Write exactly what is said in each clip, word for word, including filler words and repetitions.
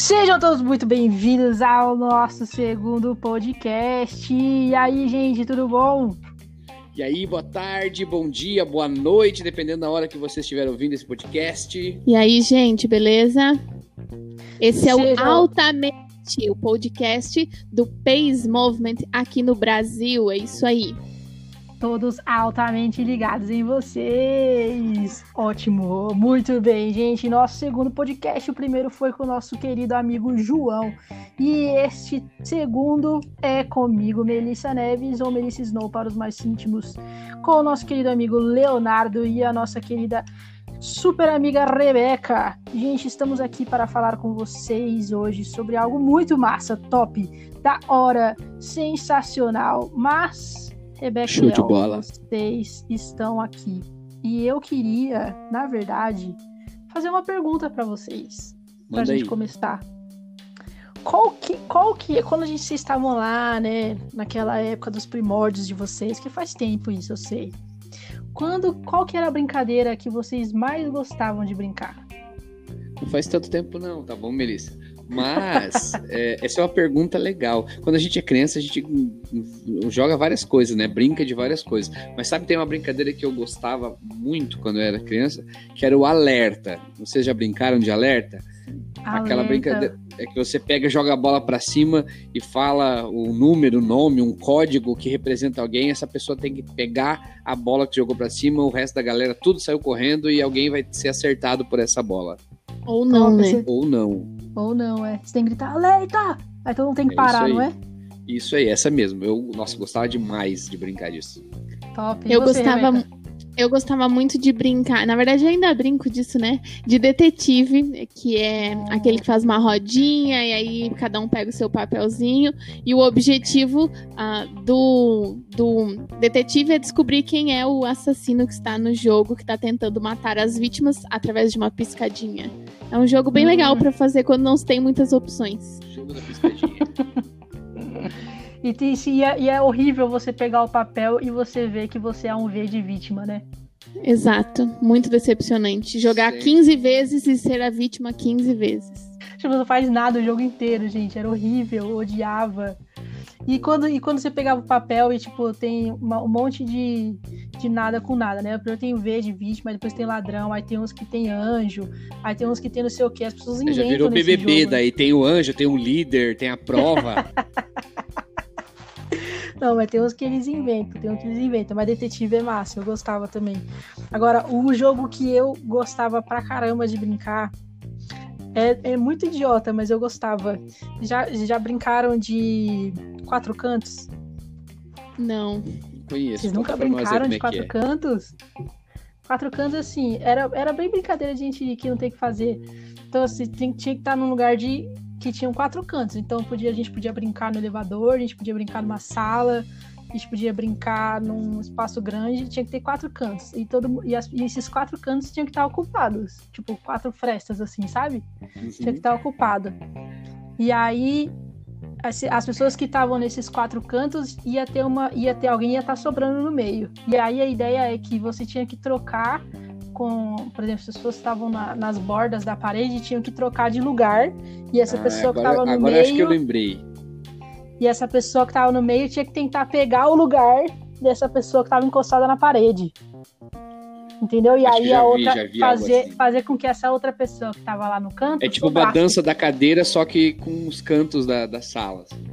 Sejam todos muito bem-vindos ao nosso segundo podcast. E aí, gente, tudo bom? E aí, boa tarde, bom dia, boa noite, dependendo da hora que você estiver ouvindo esse podcast. E aí, gente, beleza? Esse é o Sejam... Altamente, o podcast do Pace Movement aqui no Brasil. É isso aí. Todos altamente ligados em vocês. Ótimo, muito bem, gente. Nosso segundo podcast, o primeiro foi com o nosso querido amigo João. E este segundo é comigo, Melissa Neves, ou Melissa Snow para os mais íntimos, com o nosso querido amigo Leonardo e a nossa querida super amiga Rebeca. Gente, estamos aqui para falar com vocês hoje sobre algo muito massa, top, da hora, sensacional, mas... Rebeca Show e de Léo, bola. Vocês estão aqui. E eu queria, na verdade, fazer uma pergunta para vocês. Pra Manda gente aí. começar. Qual que, qual que, quando a gente, vocês estavam lá, né, naquela época dos primórdios de vocês, que faz tempo isso, eu sei. Quando, qual que era a brincadeira que vocês mais gostavam de brincar? Não faz tanto tempo não, tá bom, Melissa? Mas, é, essa é uma pergunta legal. Quando a gente é criança, a gente joga várias coisas, né? Brinca de várias coisas. Mas sabe, tem uma brincadeira que eu gostava muito quando eu era criança, que era o alerta. Vocês já brincaram de alerta? Alerta. Aquela brincadeira é que você pega, joga a bola pra cima e fala o número, o nome, um código que representa alguém. Essa pessoa tem que pegar a bola que jogou pra cima, o resto da galera tudo saiu correndo e alguém vai ser acertado por essa bola. Ou não, né? Você... Ou não. Ou não, é. Você tem que gritar, alerta! Aí todo mundo tem que É parar, isso não aí. é? Isso aí, essa mesmo. Eu, nossa, gostava demais de brincar disso. Top. E Eu você, gostava, Rebeca? eu gostava muito de brincar. Na verdade, eu ainda brinco disso, né? De detetive, que é Hum. aquele que faz uma rodinha e aí cada um pega o seu papelzinho. E o objetivo ah, do, do detetive é descobrir quem é o assassino que está no jogo, que está tentando matar as vítimas através de uma piscadinha. É um jogo bem Hum. legal pra fazer quando não se tem muitas opções. Jogo da piscadinha. E, tem- e, é, e é horrível você pegar o papel e você ver que você é um V de vítima, né? Exato, muito decepcionante. Jogar Sim. quinze vezes e ser a vítima quinze vezes. Tipo, não faz nada o jogo inteiro, gente. Era horrível, eu odiava. E quando, e quando você pegava o papel e, tipo, tem uma- um monte de, de nada com nada, né? Primeiro tem o V de vítima, aí depois tem ladrão, aí tem uns que tem anjo, aí tem uns que tem não sei o que. As pessoas Já inventam virou nesse B B B, jogo, né? daí tem o anjo, tem o líder, tem a prova. Não, mas tem uns que eles inventam, tem uns que eles inventam, mas detetive é massa, eu gostava também. Agora, o jogo que eu gostava pra caramba de brincar é, é muito idiota, mas eu gostava. Já, já brincaram de quatro cantos? Não. Conheço. Vocês nunca conta pra nós aí brincaram como de é que quatro é. cantos? Quatro cantos, assim, era, era bem brincadeira de gente que não tem o que fazer. Então, assim, tinha, tinha que estar num lugar de que tinham quatro cantos. Então, podia, a gente podia brincar no elevador, a gente podia brincar numa sala, a gente podia brincar num espaço grande, tinha que ter quatro cantos. E, todo, e, as, e esses quatro cantos tinham que estar ocupados. Tipo, quatro frestas, assim, sabe? Uhum. Tinha que estar ocupado. E aí, as, as pessoas que estavam nesses quatro cantos, ia ter uma, ia ter alguém ia estar sobrando no meio. E aí a ideia é que você tinha que trocar com, por exemplo, se as pessoas estavam na, nas bordas da parede, tinham que trocar de lugar. E essa Ah, pessoa agora, que estava no agora acho que eu meio, lembrei. e essa pessoa que estava no meio tinha que tentar pegar o lugar dessa pessoa que estava encostada na parede. Entendeu? E Acho aí que já a vi, outra já vi algo fazer, assim. fazer com que essa outra pessoa que estava lá no canto É tipo uma sobrasse. dança da cadeira, só que com os cantos da, da sala. assim.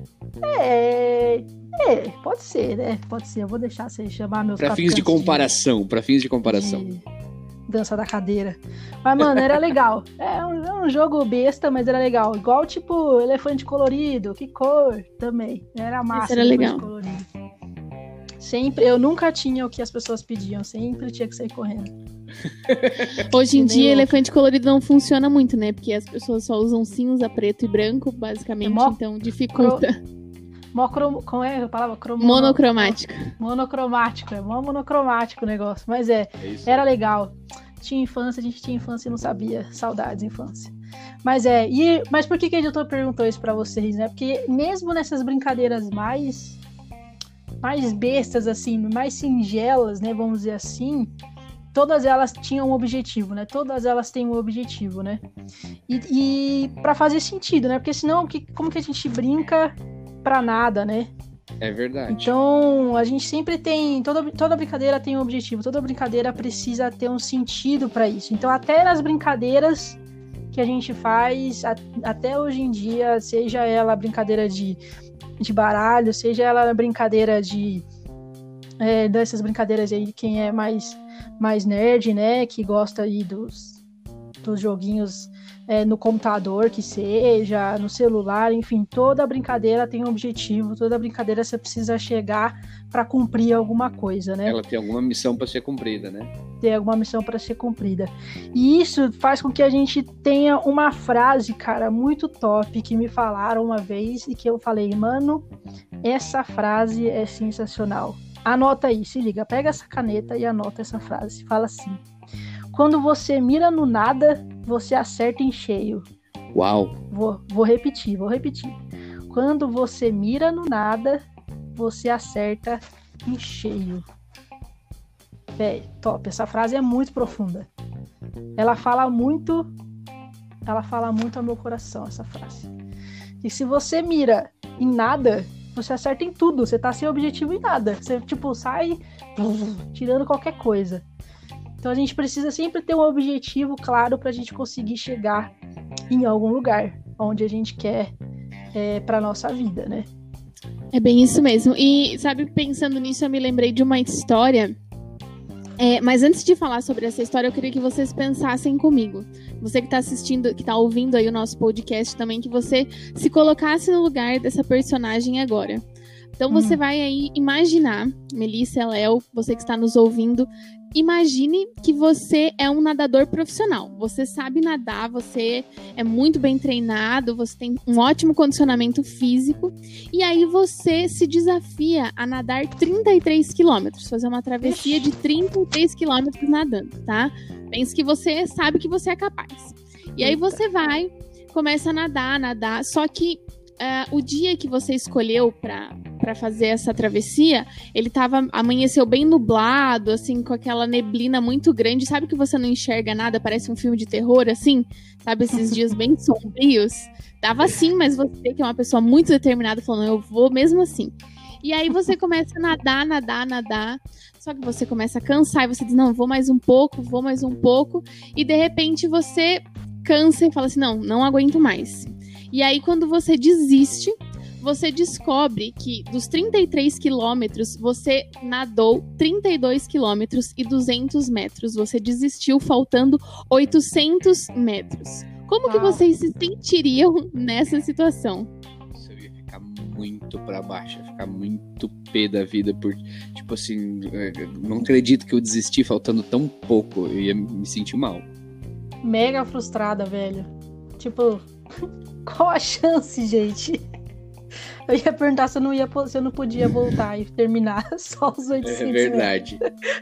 É, é, pode ser, né? Pode ser. Eu vou deixar você chamar meus Pra quatro fins de cantos comparação, pra fins de comparação. de dança da cadeira. Mas, mano, era legal. É um, é um jogo besta, mas era legal. Igual, tipo, elefante colorido. Que cor também. Era massa. Esse era elefante legal. colorido. Sempre, eu nunca tinha o que as pessoas pediam. Sempre tinha que sair correndo. Hoje em Nem dia, louco. elefante colorido não funciona muito, né? Porque as pessoas só usam cinza, preto e branco, basicamente, É mó- então dificulta. Mó cromo, como é a palavra? Cromo, Monocromático. Monocromático. É mó monocromático o negócio. Mas é, É isso. era legal. Tinha infância, a gente tinha infância e não sabia. Saudades, infância. Mas é, e, mas por que, que a editor perguntou isso pra vocês, né? Porque mesmo nessas brincadeiras mais mais bestas, assim, mais singelas, né? Vamos dizer assim, todas elas tinham um objetivo, né? Todas elas têm um objetivo, né? E, e para fazer sentido, né? Porque senão, que, como que a gente brinca pra nada, né? É verdade. Então, a gente sempre tem... Toda, toda brincadeira tem um objetivo. Toda brincadeira precisa ter um sentido para isso. Então, até nas brincadeiras que a gente faz, a, até hoje em dia, seja ela brincadeira de, de baralho, seja ela brincadeira de... É, dessas brincadeiras aí de quem é mais, mais nerd, né? Que gosta aí dos, dos joguinhos é, no computador, que seja, no celular, enfim, toda brincadeira tem um objetivo, toda brincadeira você precisa chegar para cumprir alguma coisa, né? Ela tem alguma missão para ser cumprida, né? Tem alguma missão para ser cumprida. E isso faz com que a gente tenha uma frase, cara, muito top, que me falaram uma vez e que eu falei, mano, essa frase é sensacional. Anota aí, se liga, pega essa caneta e anota essa frase. Fala assim: quando você mira no nada, você acerta em cheio. Uau! Vou, vou repetir, vou repetir. Quando você mira no nada, você acerta em cheio. Véi, top. Essa frase é muito profunda. Ela fala muito, ela fala muito ao meu coração, essa frase. E se você mira em nada, você acerta em tudo, você tá sem objetivo em nada. Você, tipo, sai tirando qualquer coisa. Então a gente precisa sempre ter um objetivo claro pra gente conseguir chegar em algum lugar onde a gente quer é, pra nossa vida, né? É bem isso mesmo. E, sabe, pensando nisso, eu me lembrei de uma história. É, mas antes de falar sobre essa história, eu queria que vocês pensassem comigo. Você que está assistindo, que está ouvindo aí o nosso podcast também, que você se colocasse no lugar dessa personagem agora. Então você hum. vai aí imaginar, Melissa, Léo, você que está nos ouvindo, imagine que você é um nadador profissional. Você sabe nadar, você é muito bem treinado, você tem um ótimo condicionamento físico. E aí você se desafia a nadar trinta e três quilômetros, fazer uma travessia de trinta e três quilômetros nadando, tá? Pense que você sabe que você é capaz. E aí você vai, começa a nadar, nadar, só que uh, o dia que você escolheu para para fazer essa travessia, ele tava, amanheceu bem nublado, assim, com aquela neblina muito grande, sabe que você não enxerga nada, parece um filme de terror, assim, sabe, esses dias bem sombrios, tava assim, mas você que é uma pessoa muito determinada, falando, eu vou mesmo assim. E aí você começa a nadar, nadar, nadar, só que você começa a cansar, e você diz, não, eu vou mais um pouco, vou mais um pouco, e de repente você cansa e fala assim, não, não aguento mais. E aí quando você desiste, você descobre que dos trinta e três quilômetros, você nadou trinta e dois quilômetros e duzentos metros. Você desistiu faltando oitocentos metros. Como ah. que vocês se sentiriam nessa situação? Eu ia ficar muito pra baixo, ia ficar muito pé da vida, por, tipo assim, não acredito que eu desisti faltando tão pouco, eu ia me sentir mal. Mega frustrada, velho. Tipo, qual a chance, gente? Eu ia perguntar se eu não, ia, se eu não podia voltar e terminar só os oitocentos. É verdade.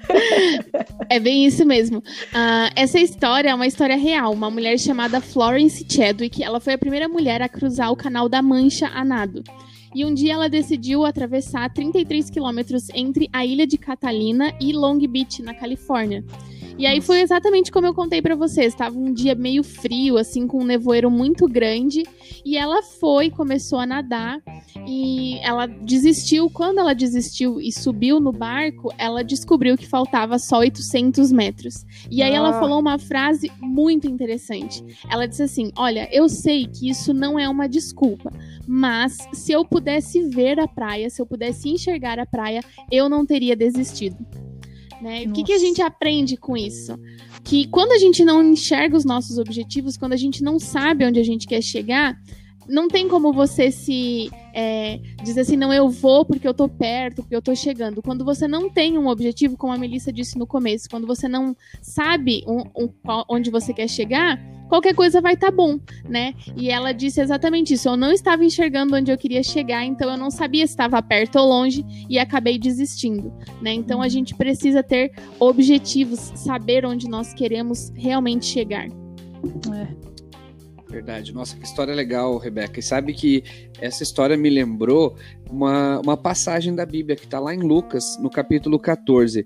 É bem isso mesmo. Uh, essa história é uma história real. Uma mulher chamada Florence Chadwick, ela foi a primeira mulher a cruzar o Canal da Mancha a nado. E um dia ela decidiu atravessar trinta e três quilômetros entre a ilha de Catalina e Long Beach, na Califórnia. E aí foi exatamente como eu contei pra vocês. Tava um dia meio frio, assim, com um nevoeiro muito grande. E ela foi, começou a nadar. E ela desistiu. Quando ela desistiu e subiu no barco, ela descobriu que faltava só oitocentos metros. E aí ah. ela falou uma frase muito interessante. Ela disse assim, olha, eu sei que isso não é uma desculpa. Mas se eu pudesse ver a praia, se eu pudesse enxergar a praia, eu não teria desistido. Né? O que, que a gente aprende com isso? Que quando a gente não enxerga os nossos objetivos, quando a gente não sabe onde a gente quer chegar, não tem como você se é, dizer assim, não, eu vou porque eu tô perto, porque eu tô chegando. Quando você não tem um objetivo, como a Melissa disse no começo, quando você não sabe um, um, onde você quer chegar, qualquer coisa vai estar tá bom, né? E ela disse exatamente isso. Eu não estava enxergando onde eu queria chegar, então eu não sabia se estava perto ou longe e acabei desistindo, né? Então a gente precisa ter objetivos, saber onde nós queremos realmente chegar. É. Verdade. Nossa, que história legal, Rebeca. E sabe que essa história me lembrou uma, uma passagem da Bíblia que está lá em Lucas, no capítulo catorze.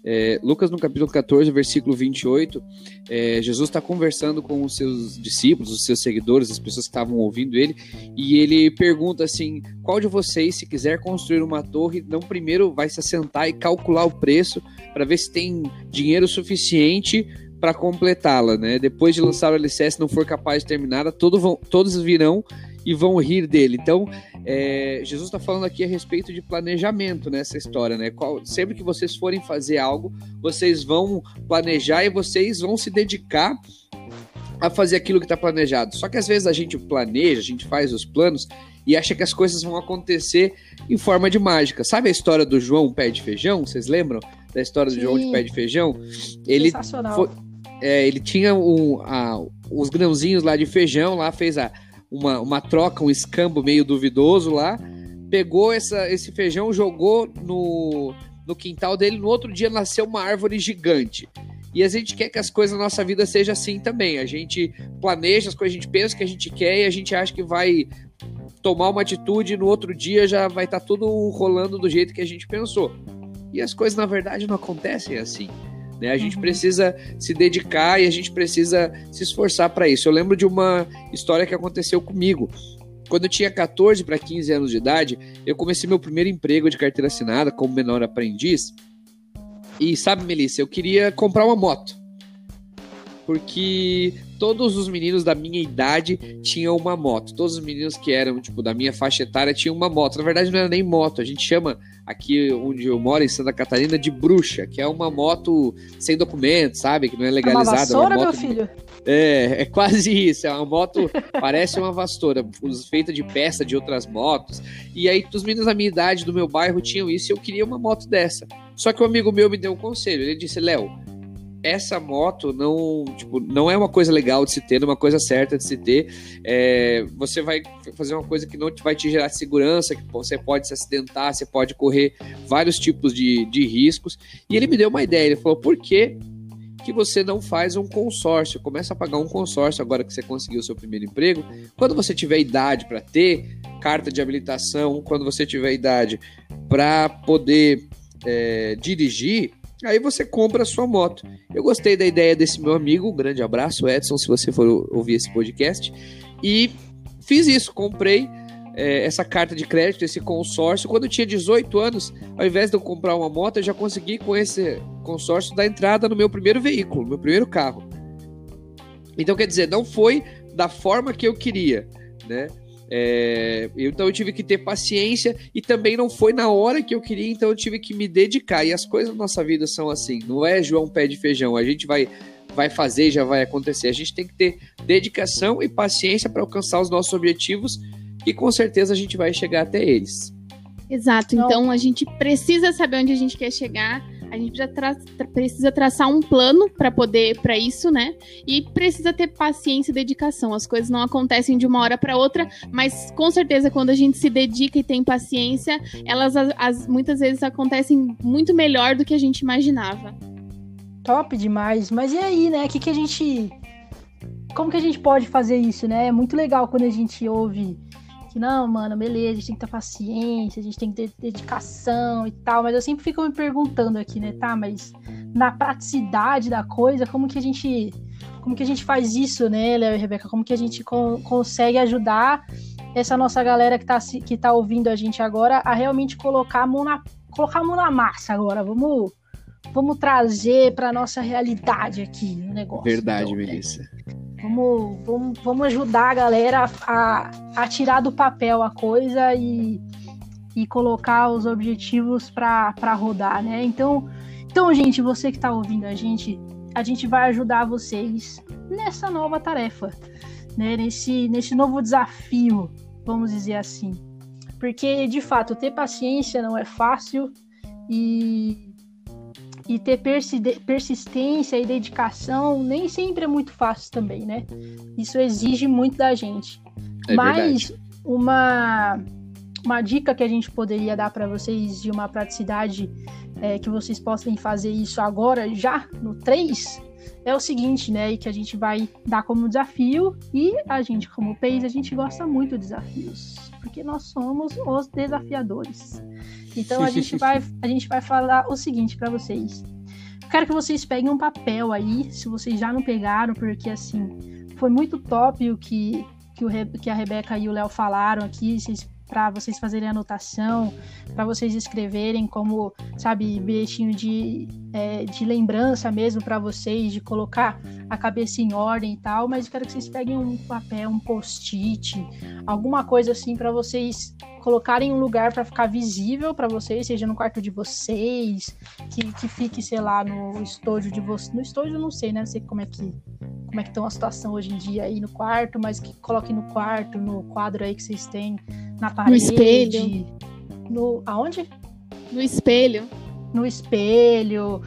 É, Lucas, no capítulo catorze, versículo vinte e oito, é, Jesus está conversando com os seus discípulos, os seus seguidores, as pessoas que estavam ouvindo ele, e ele pergunta assim: qual de vocês, se quiser construir uma torre, não primeiro vai se assentar e calcular o preço para ver se tem dinheiro suficiente para completá-la, né? Depois de lançar o alicerce, não for capaz de terminar, todo vão, todos virão e vão rir dele. Então, é, Jesus está falando aqui a respeito de planejamento nessa história, né? Qual, sempre que vocês forem fazer algo, vocês vão planejar e vocês vão se dedicar a fazer aquilo que está planejado. Só que às vezes a gente planeja, a gente faz os planos e acha que as coisas vão acontecer em forma de mágica. Sabe a história do João Pé de Feijão? Vocês lembram da história do Sim. João de Pé de Feijão? Ele Sensacional. Foi, é, ele tinha um, a, os grãozinhos lá de feijão, lá fez a Uma, uma troca, um escambo meio duvidoso lá, pegou essa, esse feijão, jogou no, no quintal dele, no outro dia nasceu uma árvore gigante. E a gente quer que as coisas na nossa vida sejam assim também. A gente planeja as coisas, a gente pensa que a gente quer e a gente acha que vai tomar uma atitude e no outro dia já vai estar tá tudo rolando do jeito que a gente pensou. E as coisas, na verdade, não acontecem assim. Né? A gente precisa se dedicar e a gente precisa se esforçar para isso. Eu lembro de uma história que aconteceu comigo. Quando eu tinha catorze para quinze anos de idade, eu comecei meu primeiro emprego de carteira assinada como menor aprendiz. E sabe, Melissa, eu queria comprar uma moto. Porque todos os meninos da minha idade tinham uma moto. Todos os meninos que eram, tipo, da minha faixa etária tinham uma moto. Na verdade, não era nem moto. A gente chama, aqui onde eu moro, em Santa Catarina, de bruxa, que é uma moto sem documento, sabe? Que não é legalizada. É uma vassoura, é uma moto... meu filho? É, é quase isso. É uma moto, parece uma vassoura, feita de peça de outras motos. E aí, os meninos da minha idade, do meu bairro, tinham isso e eu queria uma moto dessa. Só que um amigo meu me deu um conselho. Ele disse: Léo, essa moto não, tipo, não é uma coisa legal de se ter, não é uma coisa certa de se ter. É, você vai fazer uma coisa que não vai te gerar segurança, que você pode se acidentar, você pode correr vários tipos de, de riscos. E ele me deu uma ideia, ele falou: por que que você não faz um consórcio? Começa a pagar um consórcio agora que você conseguiu o seu primeiro emprego. Quando você tiver idade para ter carta de habilitação, quando você tiver idade para poder é, dirigir, aí você compra a sua moto. Eu gostei da ideia desse meu amigo, um grande abraço, Edson, se você for ouvir esse podcast, e fiz isso, comprei é, essa carta de crédito, esse consórcio. Quando eu tinha dezoito anos, ao invés de eu comprar uma moto, eu já consegui com esse consórcio dar entrada no meu primeiro veículo, no meu primeiro carro. Então, quer dizer, não foi da forma que eu queria, né? É, então eu tive que ter paciência e também não foi na hora que eu queria, então eu tive que me dedicar. E as coisas na nossa vida são assim, não é João Pé de Feijão, a gente vai, vai fazer e já vai acontecer. A gente tem que ter dedicação e paciência para alcançar os nossos objetivos e com certeza a gente vai chegar até eles. Exato, Não. Então a gente precisa saber onde a gente quer chegar, a gente já tra- tra- precisa traçar um plano para poder, para isso, né? E precisa ter paciência e dedicação. As coisas não acontecem de uma hora para outra, mas com certeza quando a gente se dedica e tem paciência, elas as, as, muitas vezes acontecem muito melhor do que a gente imaginava. Top demais. Mas e aí, né? Que que a gente... Como que a gente pode fazer isso, né? É muito legal quando a gente ouve que, não, mano, beleza, a gente tem que ter paciência, a gente tem que ter dedicação e tal, mas eu sempre fico me perguntando aqui, né, tá, mas na praticidade da coisa, como que a gente, como que a gente faz isso, né, Léo e Rebeca? Como que a gente con- consegue ajudar essa nossa galera que tá, que tá ouvindo a gente agora a realmente colocar a mão na, colocar a mão na massa agora? Vamos... Vamos trazer para nossa realidade aqui no negócio. Verdade, então, Melissa. Né? Vamos, vamos, vamos ajudar a galera a, a tirar do papel a coisa e, e colocar os objetivos para rodar, né? Então, então, gente, você que está ouvindo a gente, a gente vai ajudar vocês nessa nova tarefa, né? Nesse, nesse novo desafio, vamos dizer assim. Porque, de fato, ter paciência não é fácil e... E ter persistência e dedicação nem sempre é muito fácil também, né? Isso exige muito da gente. É Mas verdade. uma, uma dica que a gente poderia dar para vocês de uma praticidade é, que vocês possam fazer isso agora, já no três, é o seguinte, né? E que a gente vai dar como desafio. E a gente, como P E I S, a gente gosta muito de desafios. Porque nós somos os desafiadores. Então a gente vai, a gente vai falar o seguinte para vocês. Quero que vocês peguem um papel aí, se vocês já não pegaram, porque assim, foi muito top o que, que, o Re, que a Rebeca e o Léo falaram aqui, para vocês fazerem anotação, para vocês escreverem como, sabe, bilhetinho de, é, de lembrança mesmo para vocês, de colocar a cabeça em ordem e tal, mas eu quero que vocês peguem um papel, um post-it, alguma coisa assim para vocês colocarem um lugar para ficar visível para vocês, seja no quarto de vocês, que, que fique, sei lá, no estúdio de vocês. No estúdio eu não sei, né? Não sei como é que como é que estão a situação hoje em dia aí no quarto, mas que coloquem no quarto, no quadro aí que vocês têm, na parede. No espelho. No, aonde? No espelho. No espelho,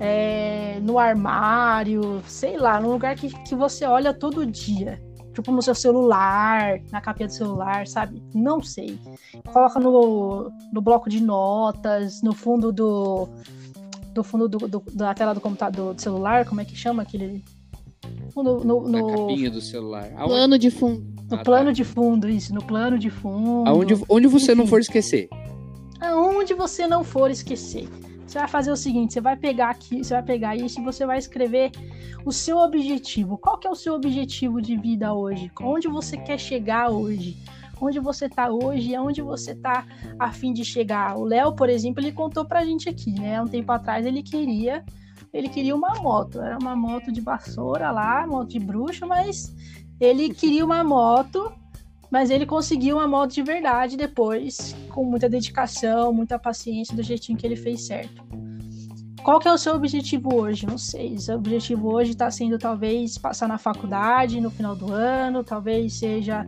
é, no armário, sei lá, num lugar que, que você olha todo dia. Tipo no seu celular, na capinha do celular, sabe? Não sei. Coloca no, no bloco de notas, no fundo do, do fundo do, do, da tela do computador, do celular, como é que chama aquele? No, no, Na no capinha do celular. Aonde? Plano de fundo. No Ah, plano tá. de fundo, isso, no plano de fundo. Aonde, onde você Enfim. não for esquecer. Aonde você não for esquecer. Você vai fazer o seguinte, você vai pegar aqui, você vai pegar isso e você vai escrever o seu objetivo. Qual que é o seu objetivo de vida hoje? Onde você quer chegar hoje? Onde você tá hoje e aonde você tá a fim de chegar? O Léo, por exemplo, ele contou pra gente aqui, né? Um tempo atrás ele queria, ele queria uma moto. Era uma moto de vassoura lá, moto de bruxa, mas ele queria uma moto, mas ele conseguiu uma moto de verdade depois, com muita dedicação, muita paciência, do jeitinho que ele fez certo. Qual que é o seu objetivo hoje? Não sei. O seu objetivo hoje está sendo talvez passar na faculdade no final do ano, talvez seja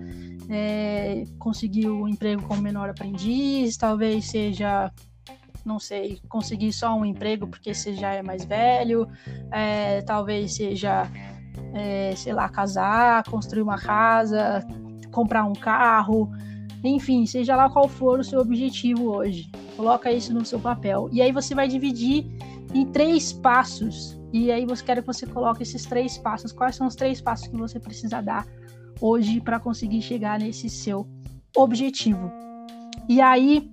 é, conseguir um emprego como menor aprendiz, talvez seja, não sei, conseguir só um emprego porque você já é mais velho, é, talvez seja, é, sei lá, casar, construir uma casa, comprar um carro, enfim, seja lá qual for o seu objetivo hoje. Coloca isso no seu papel. E aí você vai dividir em três passos. E aí você quer que você coloque esses três passos. Quais são os três passos que você precisa dar hoje para conseguir chegar nesse seu objetivo? E aí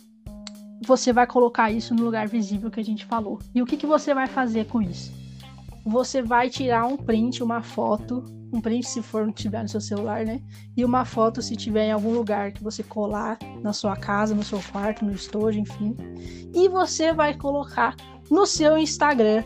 você vai colocar isso no lugar visível que a gente falou. E o que, que você vai fazer com isso? Você vai tirar um print, uma foto, um print se for não tiver no seu celular, né? E uma foto se tiver em algum lugar que você colar na sua casa, no seu quarto, no estúdio, enfim. E você vai colocar no seu Instagram.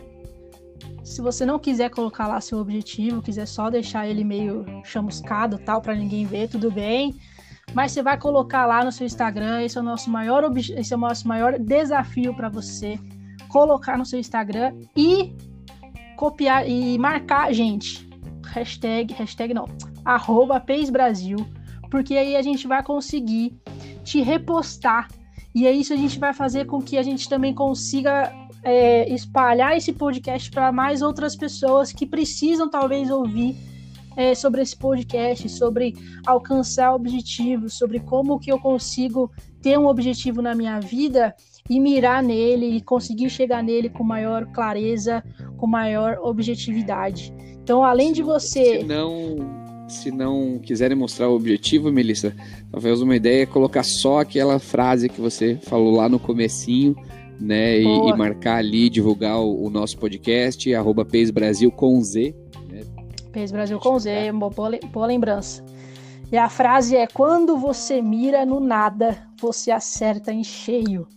Se você não quiser colocar lá seu objetivo, quiser só deixar ele meio chamuscado, tal, para ninguém ver, tudo bem. Mas você vai colocar lá no seu Instagram. Esse é o nosso maior, obje- esse é o nosso maior desafio para você. Colocar no seu Instagram e copiar e marcar a gente. Hashtag, hashtag não, arroba Pace Brasil, porque aí a gente vai conseguir te repostar, e aí isso a gente vai fazer com que a gente também consiga é, espalhar esse podcast para mais outras pessoas que precisam talvez ouvir é, sobre esse podcast, sobre alcançar objetivos, sobre como que eu consigo ter um objetivo na minha vida e mirar nele e conseguir chegar nele com maior clareza, com maior objetividade. Então, além de você... Se não, se não quiserem mostrar o objetivo, Melissa, talvez uma ideia é colocar só aquela frase que você falou lá no comecinho, né? E, e marcar ali, divulgar o, o nosso podcast, arroba Pace Brasil com Z. Né? Pace Brasil com Z, uma boa, boa lembrança. E a frase é: quando você mira no nada, você acerta em cheio.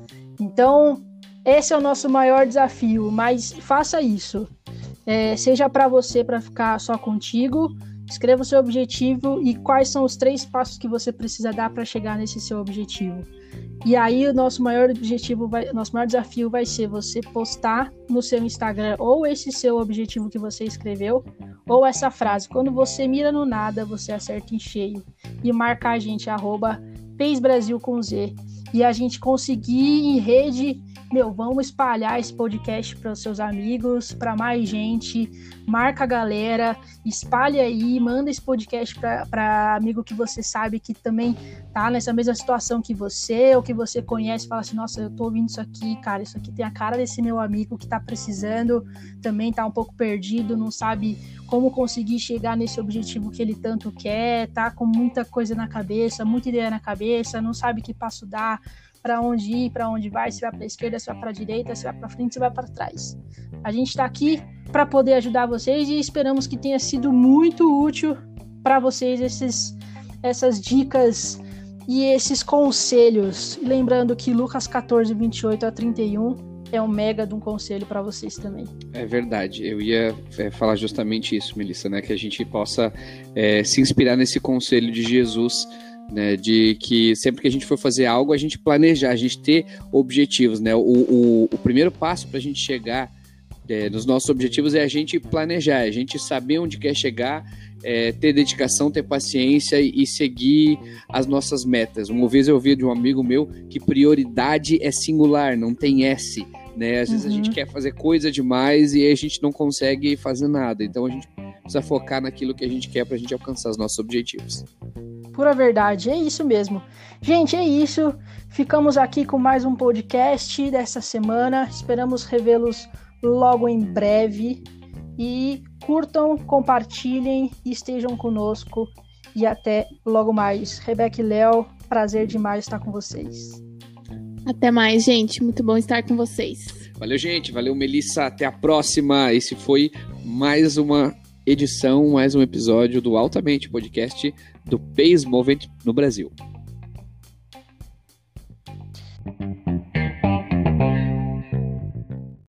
Então, esse é o nosso maior desafio, mas faça isso. É, seja para você, para ficar só contigo, escreva o seu objetivo e quais são os três passos que você precisa dar para chegar nesse seu objetivo. E aí o nosso maior objetivo, vai, nosso maior desafio vai ser você postar no seu Instagram ou esse seu objetivo que você escreveu, ou essa frase: quando você mira no nada, você acerta em cheio. E marcar a gente, arroba Pace Brasil com Z. E a gente conseguir em rede, meu, vamos espalhar esse podcast para os seus amigos, para mais gente, marca a galera, espalha aí, manda esse podcast para amigo que você sabe que também tá nessa mesma situação que você, ou que você conhece, fala assim: nossa, eu tô ouvindo isso aqui, cara, isso aqui tem a cara desse meu amigo que tá precisando, também tá um pouco perdido, não sabe como conseguir chegar nesse objetivo que ele tanto quer, tá com muita coisa na cabeça, muita ideia na cabeça, não sabe que passo dar para onde ir, para onde vai, se vai para a esquerda, se vai para a direita, se vai para frente, se vai para trás. A gente está aqui para poder ajudar vocês e esperamos que tenha sido muito útil para vocês esses, essas dicas e esses conselhos. E lembrando que Lucas catorze, vinte e oito a trinta e um é um mega de um conselho para vocês também. É verdade, eu ia é, falar justamente isso, Melissa, né? Que a gente possa é, se inspirar nesse conselho de Jesus, né? De que sempre que a gente for fazer algo, a gente planejar, a gente ter objetivos, né? O, o, o primeiro passo para a gente chegar é, nos nossos objetivos é a gente planejar, a gente saber onde quer chegar, é, ter dedicação, ter paciência e, e seguir as nossas metas. Uma vez eu ouvi de um amigo meu que prioridade é singular, não tem S. Né? Às vezes uhum. a gente quer fazer coisa demais e a gente não consegue fazer nada. Então a gente precisa focar naquilo que a gente quer para a gente alcançar os nossos objetivos. Pura verdade, é isso mesmo. Gente, é isso. Ficamos aqui com mais um podcast dessa semana. Esperamos revê-los logo em breve. E curtam, compartilhem e estejam conosco. E até logo mais. Rebeca e Léo, prazer demais estar com vocês. Até mais, gente. Muito bom estar com vocês. Valeu, gente. Valeu, Melissa. Até a próxima. Esse foi mais uma edição, mais um episódio do Altamente, podcast do Pace Movement no Brasil.